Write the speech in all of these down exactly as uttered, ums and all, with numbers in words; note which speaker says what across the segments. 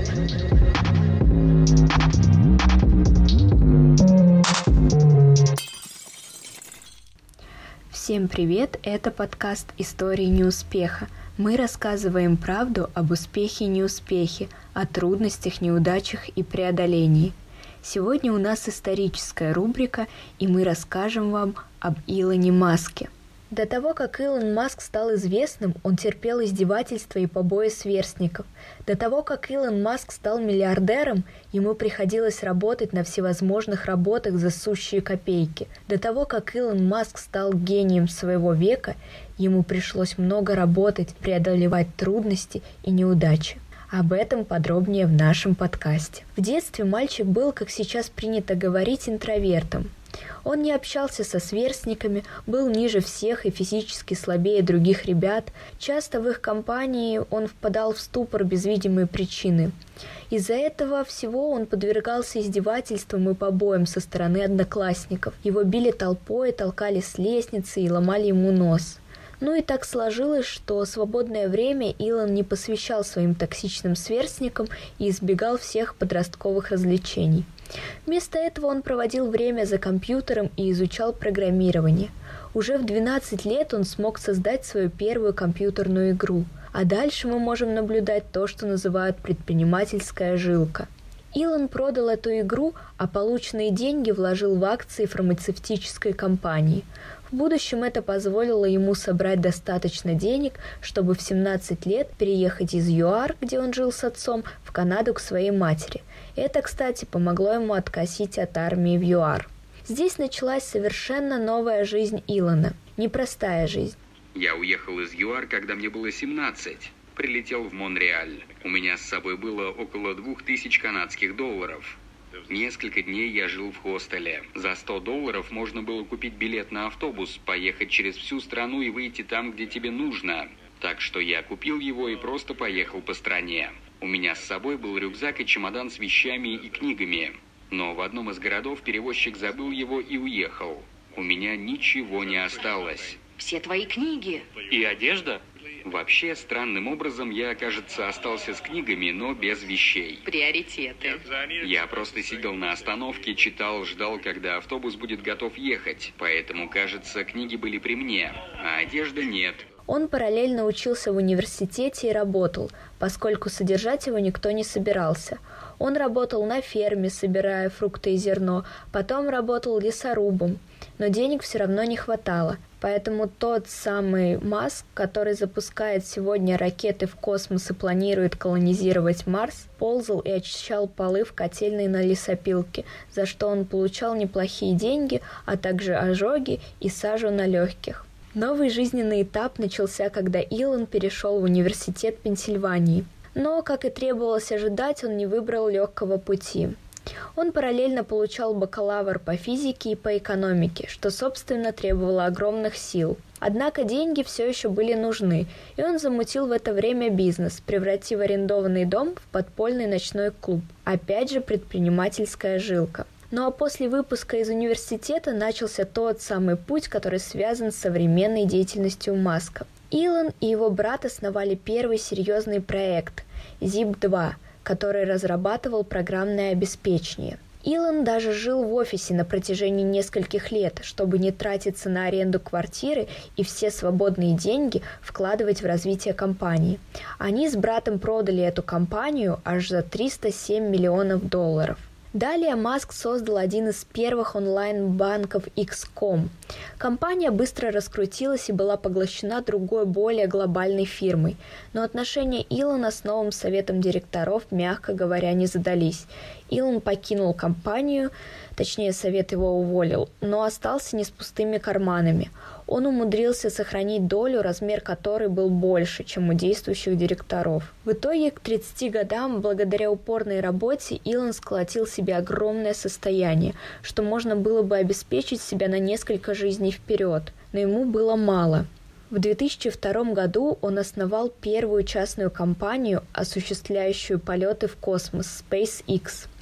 Speaker 1: Всем привет! Это подкаст «Истории неуспеха». Мы рассказываем правду об успехе и неуспехе, о трудностях, неудачах и преодолении. Сегодня у нас историческая рубрика, и мы расскажем вам об Илоне Маске. До того, как Илон Маск стал известным, он терпел издевательства и побои сверстников. До того, как Илон Маск стал миллиардером, ему приходилось работать на всевозможных работах за сущие копейки. До того, как Илон Маск стал гением своего века, ему пришлось много работать, преодолевать трудности и неудачи. Об этом подробнее в нашем подкасте. В детстве мальчик был, как сейчас принято говорить, интровертом. Он не общался со сверстниками, был ниже всех и физически слабее других ребят. Часто в их компании он впадал в ступор без видимой причины. Из-за этого всего он подвергался издевательствам и побоям со стороны одноклассников. Его били толпой, толкали с лестницы и ломали ему нос. Ну и так сложилось, что свободное время Илон не посвящал своим токсичным сверстникам и избегал всех подростковых развлечений. Вместо этого он проводил время за компьютером и изучал программирование. Уже в двенадцать лет он смог создать свою первую компьютерную игру. А дальше мы можем наблюдать то, что называют предпринимательская жилка. Илон продал эту игру, а полученные деньги вложил в акции фармацевтической компании. В будущем это позволило ему собрать достаточно денег, чтобы в семнадцать лет переехать из ЮАР, где он жил с отцом, в Канаду к своей матери. Это, кстати, помогло ему откосить от армии в ЮАР. Здесь началась совершенно новая жизнь Илона. Непростая жизнь.
Speaker 2: Я уехал из ЮАР, когда мне было семнадцать. Прилетел в Монреаль. У меня с собой было около двух тысяч канадских долларов. Несколько дней я жил в хостеле. За сто долларов можно было купить билет на автобус, поехать через всю страну и выйти там, где тебе нужно. Так что я купил его и просто поехал по стране. У меня с собой был рюкзак и чемодан с вещами и книгами. Но в одном из городов перевозчик забыл его и уехал. У меня ничего не осталось.
Speaker 3: Все твои книги.
Speaker 2: И одежда? Вообще, странным образом, я, кажется, остался с книгами, но без вещей.
Speaker 3: Приоритеты.
Speaker 2: Я просто сидел на остановке, читал, ждал, когда автобус будет готов ехать. Поэтому, кажется, книги были при мне, а одежды нет.
Speaker 1: Он параллельно учился в университете и работал, поскольку содержать его никто не собирался. Он работал на ферме, собирая фрукты и зерно, потом работал лесорубом, но денег все равно не хватало. Поэтому тот самый Маск, который запускает сегодня ракеты в космос и планирует колонизировать Марс, ползал и очищал полы в котельной на лесопилке, за что он получал неплохие деньги, а также ожоги и сажу на легких. Новый жизненный этап начался, когда Илон перешел в университет Пенсильвании. Но, как и требовалось ожидать, он не выбрал легкого пути. Он параллельно получал бакалавр по физике и по экономике, что, собственно, требовало огромных сил. Однако деньги все еще были нужны, и он замутил в это время бизнес, превратив арендованный дом в подпольный ночной клуб. Опять же, предпринимательская жилка. Ну а после выпуска из университета начался тот самый путь, который связан с современной деятельностью Маска. Илон и его брат основали первый серьезный проект – зип два, который разрабатывал программное обеспечение. Илон даже жил в офисе на протяжении нескольких лет, чтобы не тратиться на аренду квартиры и все свободные деньги вкладывать в развитие компании. Они с братом продали эту компанию аж за триста семь миллионов долларов. Далее Маск создал один из первых онлайн-банков икс ком. Компания быстро раскрутилась и была поглощена другой, более глобальной фирмой. Но отношения Илона с новым советом директоров, мягко говоря, не задались. Илон покинул компанию, точнее, совет его уволил, но остался не с пустыми карманами. Он умудрился сохранить долю, размер которой был больше, чем у действующих директоров. В итоге к тридцати годам, благодаря упорной работе, Илон сколотил себе огромное состояние, что можно было бы обеспечить себя на несколько жизней вперед, но ему было мало. В две тысячи втором году он основал первую частную компанию, осуществляющую полеты в космос SpaceX.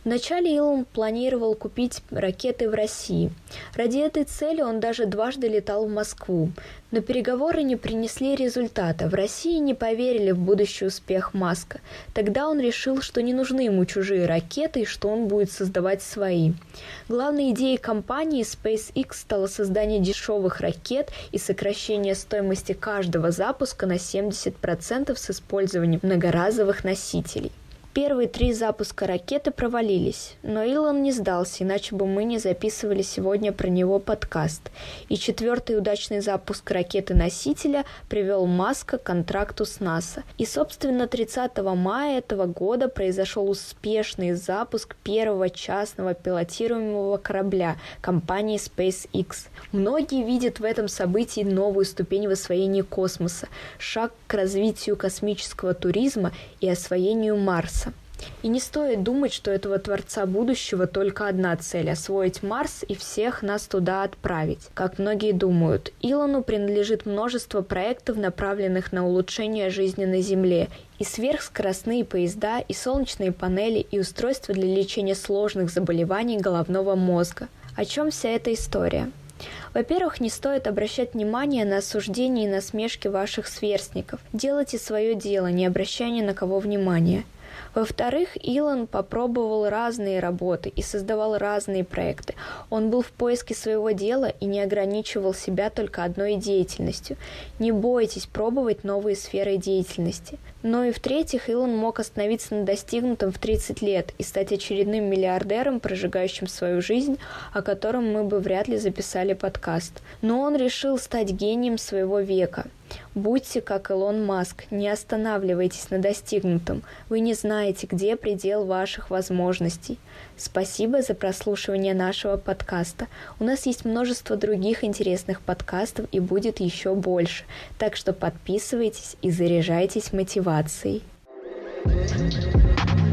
Speaker 1: Вначале Илон планировал купить ракеты в России. Ради этой цели он даже дважды летал в Москву. Но переговоры не принесли результата. В России не поверили в будущий успех Маска. Тогда он решил, что не нужны ему чужие ракеты и что он будет создавать свои. Главной идеей компании SpaceX стало создание дешевых ракет и сокращение стоимости каждого запуска на семьдесят процентов с использованием многоразовых носителей. Первые три запуска ракеты провалились, но Илон не сдался, иначе бы мы не записывали сегодня про него подкаст. И четвертый удачный запуск ракеты-носителя привел Маска к контракту с НАСА. И, собственно, тридцатого мая этого года произошел успешный запуск первого частного пилотируемого корабля компании SpaceX. Многие видят в этом событии новую ступень в освоении космоса, шаг к развитию космического туризма и освоению Марса. И не стоит думать, что этого творца будущего только одна цель – освоить Марс и всех нас туда отправить. Как многие думают, Илону принадлежит множество проектов, направленных на улучшение жизни на Земле. И сверхскоростные поезда, и солнечные панели, и устройства для лечения сложных заболеваний головного мозга. О чем вся эта история? Во-первых, не стоит обращать внимание на осуждение и насмешки ваших сверстников. Делайте свое дело, не обращая ни на кого внимания. Во-вторых, Илон попробовал разные работы и создавал разные проекты. Он был в поиске своего дела и не ограничивал себя только одной деятельностью. Не бойтесь пробовать новые сферы деятельности. Но и в-третьих, Илон мог остановиться на достигнутом в тридцать лет и стать очередным миллиардером, прожигающим свою жизнь, о котором мы бы вряд ли записали подкаст. Но он решил стать гением своего века. Будьте как Илон Маск, не останавливайтесь на достигнутом. Вы не знаете, где предел ваших возможностей. Спасибо за прослушивание нашего подкаста. У нас есть множество других интересных подкастов и будет еще больше. Так что подписывайтесь и заряжайтесь мотивацией.